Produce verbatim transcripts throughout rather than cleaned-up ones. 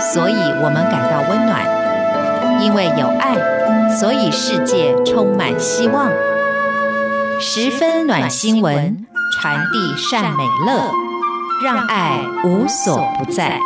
所以我们感到温暖；因为有爱，所以世界充满希望。十分暖新闻，传递善美乐，让爱无所不在。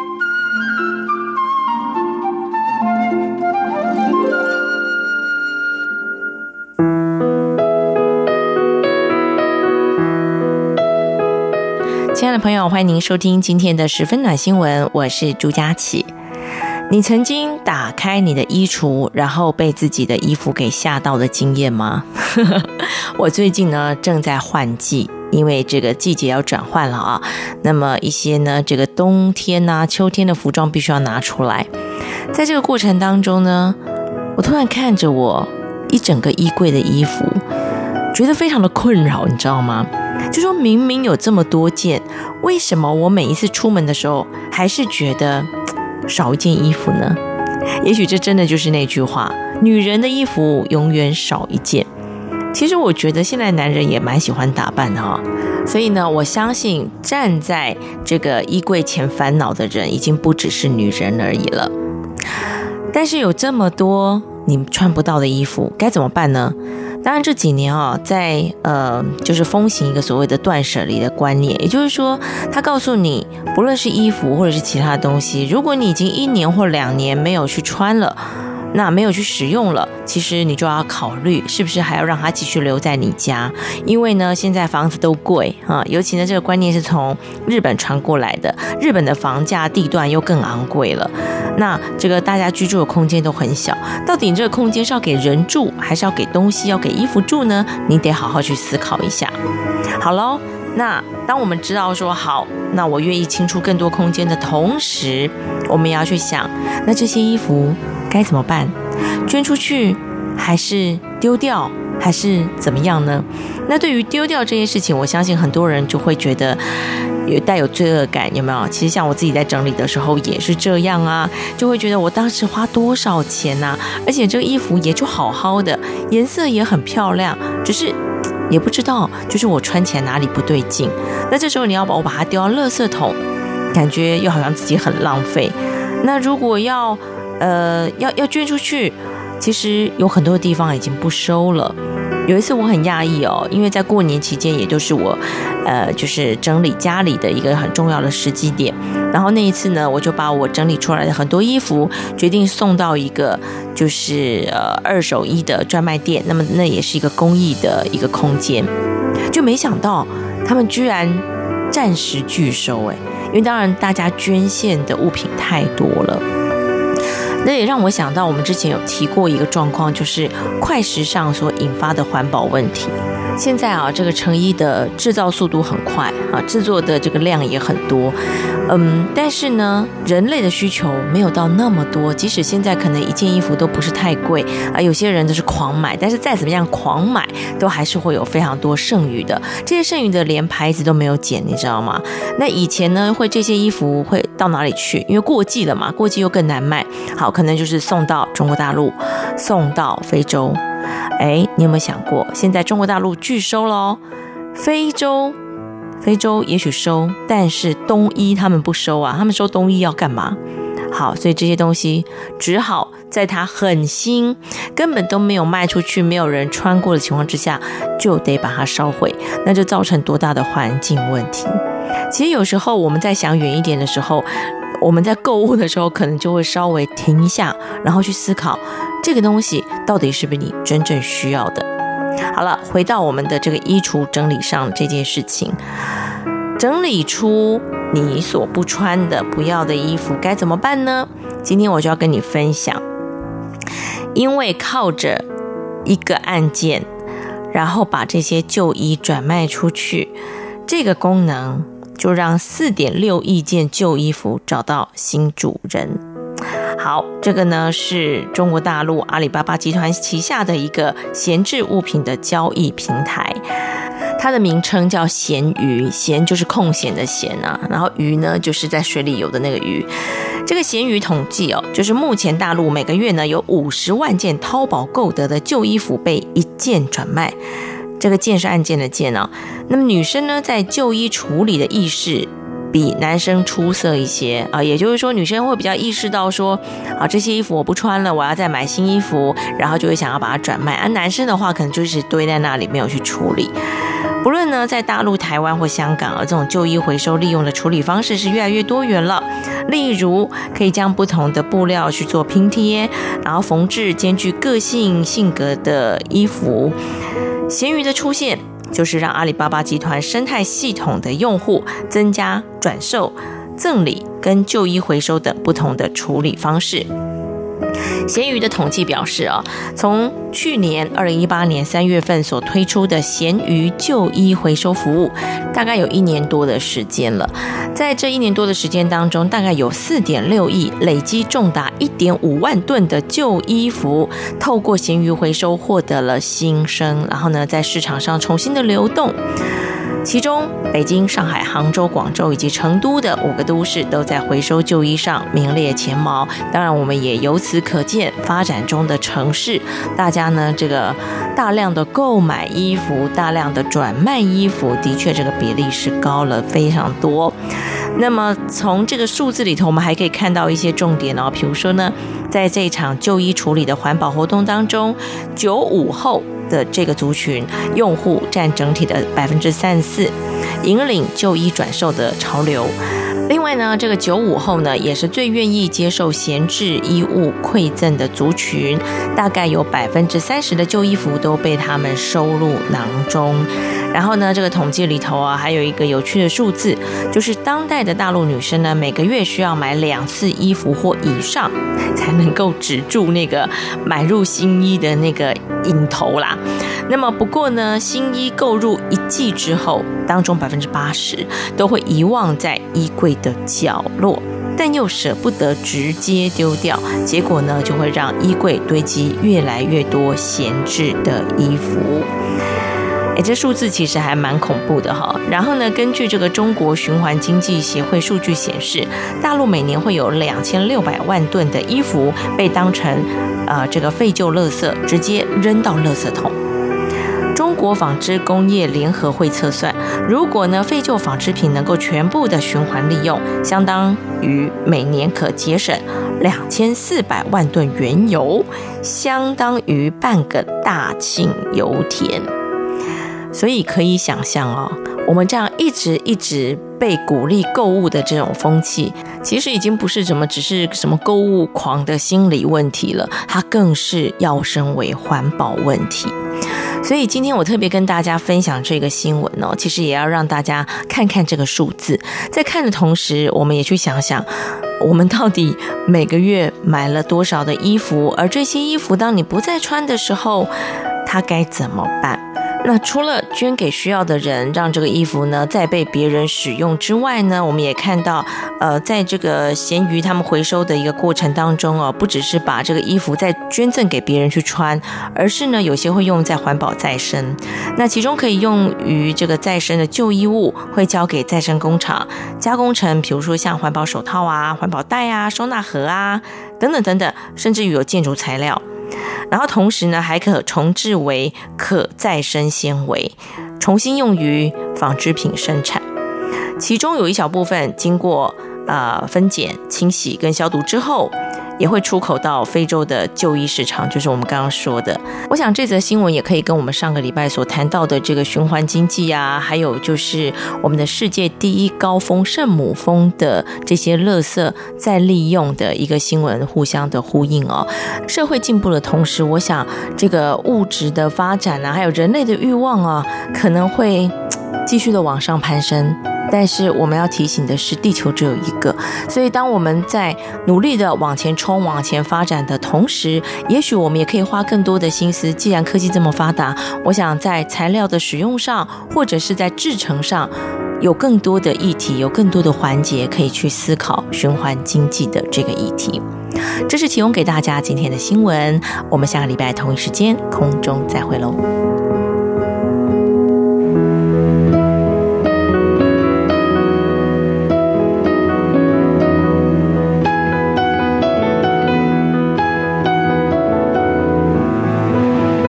亲爱的朋友，欢迎您收听今天的十分暖新闻，我是朱佳琪。你曾经打开你的衣橱，然后被自己的衣服给吓到的经验吗？我最近呢正在换季，因为这个季节要转换了啊。那么一些呢这个冬天啊秋天的服装必须要拿出来。在这个过程当中呢，我突然看着我一整个衣柜的衣服，觉得非常的困扰，你知道吗？就说明明有这么多件，为什么我每一次出门的时候还是觉得少一件衣服呢？也许这真的就是那句话，女人的衣服永远少一件。其实我觉得现在男人也蛮喜欢打扮的哈，所以呢，我相信站在这个衣柜前烦恼的人已经不只是女人而已了。但是有这么多你穿不到的衣服，该怎么办呢？当然这几年啊、哦，在呃，就是风行一个所谓的断舍离的观念，也就是说，他告诉你，不论是衣服或者是其他东西，如果你已经一年或两年没有去穿了，那没有去使用了，其实你就要考虑是不是还要让它继续留在你家，因为呢，现在房子都贵啊，尤其呢这个观念是从日本传过来的，日本的房价地段又更昂贵了。那这个大家居住的空间都很小，到底你这个空间是要给人住，还是要给东西、要给衣服住呢？你得好好去思考一下。好咯，那当我们知道说好，那我愿意清出更多空间的同时，我们也要去想，那这些衣服该怎么办？捐出去，还是丢掉，还是怎么样呢？那对于丢掉这件事情，我相信很多人就会觉得有带有罪恶感，有没有？其实像我自己在整理的时候也是这样啊，就会觉得我当时花多少钱啊，而且这个衣服也就好好的，颜色也很漂亮，只是也不知道就是我穿起来哪里不对劲。那这时候你要把我把它丢到垃圾桶，感觉又好像自己很浪费。那如果要呃要要捐出去，其实有很多地方已经不收了。有一次我很讶异哦，因为在过年期间，也就是我，呃，就是整理家里的一个很重要的时机点。然后那一次呢，我就把我整理出来的很多衣服，决定送到一个就是呃二手衣的专卖店。那么那也是一个公益的一个空间，就没想到他们居然暂时拒收哎，因为当然大家捐献的物品太多了。那也让我想到我们之前有提过一个状况，就是快时尚所引发的环保问题。现在啊，这个成衣的制造速度很快啊，制作的这个量也很多，嗯，但是呢，人类的需求没有到那么多。即使现在可能一件衣服都不是太贵啊，有些人都是狂买，但是再怎么样狂买，都还是会有非常多剩余的。这些剩余的连牌子都没有剪，你知道吗？那以前呢，会这些衣服会到哪里去？因为过季了嘛，过季又更难卖。好，可能就是送到中国大陆，送到非洲。哎，你有没有想过，现在中国大陆拒收了，非洲非洲也许收，但是冬衣他们不收啊，他们收冬衣要干嘛？好，所以这些东西只好在它很新，根本都没有卖出去，没有人穿过的情况之下，就得把它烧毁，那就造成多大的环境问题。其实有时候我们在想远一点的时候，我们在购物的时候可能就会稍微停一下，然后去思考这个东西到底是不是你真正需要的。好了，回到我们的这个衣橱整理上这件事情，整理出你所不穿的不要的衣服该怎么办呢？今天我就要跟你分享，因为靠着一个按键，然后把这些旧衣转卖出去，这个功能就让 四点六亿件旧衣服找到新主人。好，这个呢是中国大陆阿里巴巴集团旗下的一个闲置物品的交易平台，它的名称叫闲鱼，闲就是空闲的闲啊，然后鱼呢就是在水里游的那个鱼。这个闲鱼统计哦，就是目前大陆每个月呢有五十万件淘宝购得的旧衣服被一键转卖，这个键是按键的键哦。那么女生呢在旧衣处理的意识比男生出色一些啊，也就是说女生会比较意识到说啊，这些衣服我不穿了，我要再买新衣服，然后就会想要把它转卖。而男生的话可能就是堆在那里没有去处理。不论呢在大陆、台湾或香港，而这种旧衣回收利用的处理方式是越来越多元了。例如可以将不同的布料去做拼贴，然后缝制兼具个性性格的衣服。闲鱼的出现就是让阿里巴巴集团生态系统的用户增加转售、赠礼跟旧衣回收等不同的处理方式。闲鱼的统计表示啊，从去年二零一八年三月份所推出的闲鱼旧衣回收服务，大概有一年多的时间了。在这一年多的时间当中，大概有 四点六亿，累积重达 一点五万吨的旧衣服，透过闲鱼回收获得了新生，然后呢，在市场上重新的流动。其中北京、上海、杭州、广州以及成都的五个都市都在回收旧衣上名列前茅。当然我们也由此可见，发展中的城市大家呢这个大量的购买衣服、大量的转卖衣服，的确这个比例是高了非常多。那么从这个数字里头，我们还可以看到一些重点哦，比如说呢，在这一场旧衣处理的环保活动当中，九五后的这个族群用户占整体的 百分之三十四， 引领旧衣转售的潮流。另外呢，这个九五后呢也是最愿意接受闲置衣物馈赠的族群，大概有 百分之三十 的旧衣服都被他们收入囊中。然后呢，这个统计里头啊，还有一个有趣的数字，就是当代的大陆女生呢，每个月需要买两次衣服或以上，才能够止住那个买入新衣的那个瘾头啦。那么不过呢，新衣购入一季之后，当中 百分之八十 都会遗忘在衣柜的角落，但又舍不得直接丢掉，结果呢，就会让衣柜堆积越来越多闲置的衣服。哎，这数字其实还蛮恐怖的哈。然后呢，根据这个中国循环经济协会数据显示，大陆每年会有两千六百万吨的衣服被当成呃这个废旧垃圾直接扔到垃圾桶。中国纺织工业联合会测算，如果呢废旧纺织品能够全部的循环利用，相当于每年可节省两千四百万吨原油，相当于半个大庆油田。所以可以想象哦，我们这样一直一直被鼓励购物的这种风气，其实已经不是什么只是什么购物狂的心理问题了，它更是要升为环保问题。所以今天我特别跟大家分享这个新闻哦，其实也要让大家看看这个数字，在看的同时，我们也去想想，我们到底每个月买了多少的衣服，而这些衣服当你不再穿的时候，它该怎么办？那除了捐给需要的人，让这个衣服呢再被别人使用之外呢，我们也看到呃，在这个闲鱼他们回收的一个过程当中哦，不只是把这个衣服再捐赠给别人去穿，而是呢有些会用在环保再生。那其中可以用于这个再生的旧衣物会交给再生工厂加工成，比如说像环保手套啊、环保袋啊、收纳盒啊等等等等，甚至于有建筑材料。然后同时呢，还可重制为可再生纤维，重新用于纺织品生产。其中有一小部分经过呃分拣、清洗跟消毒之后，也会出口到非洲的旧衣市场，就是我们刚刚说的。我想这则新闻也可以跟我们上个礼拜所谈到的这个循环经济啊，还有就是我们的世界第一高峰圣母峰的这些垃圾再利用的一个新闻互相的呼应哦。社会进步的同时，我想这个物质的发展啊，还有人类的欲望啊，可能会继续的往上攀升。但是我们要提醒的是，地球只有一个，所以当我们在努力的往前冲、往前发展的同时，也许我们也可以花更多的心思。既然科技这么发达，我想在材料的使用上，或者是在制成上，有更多的议题，有更多的环节可以去思考循环经济的这个议题。这是提供给大家今天的新闻，我们下个礼拜同一时间空中再会喽。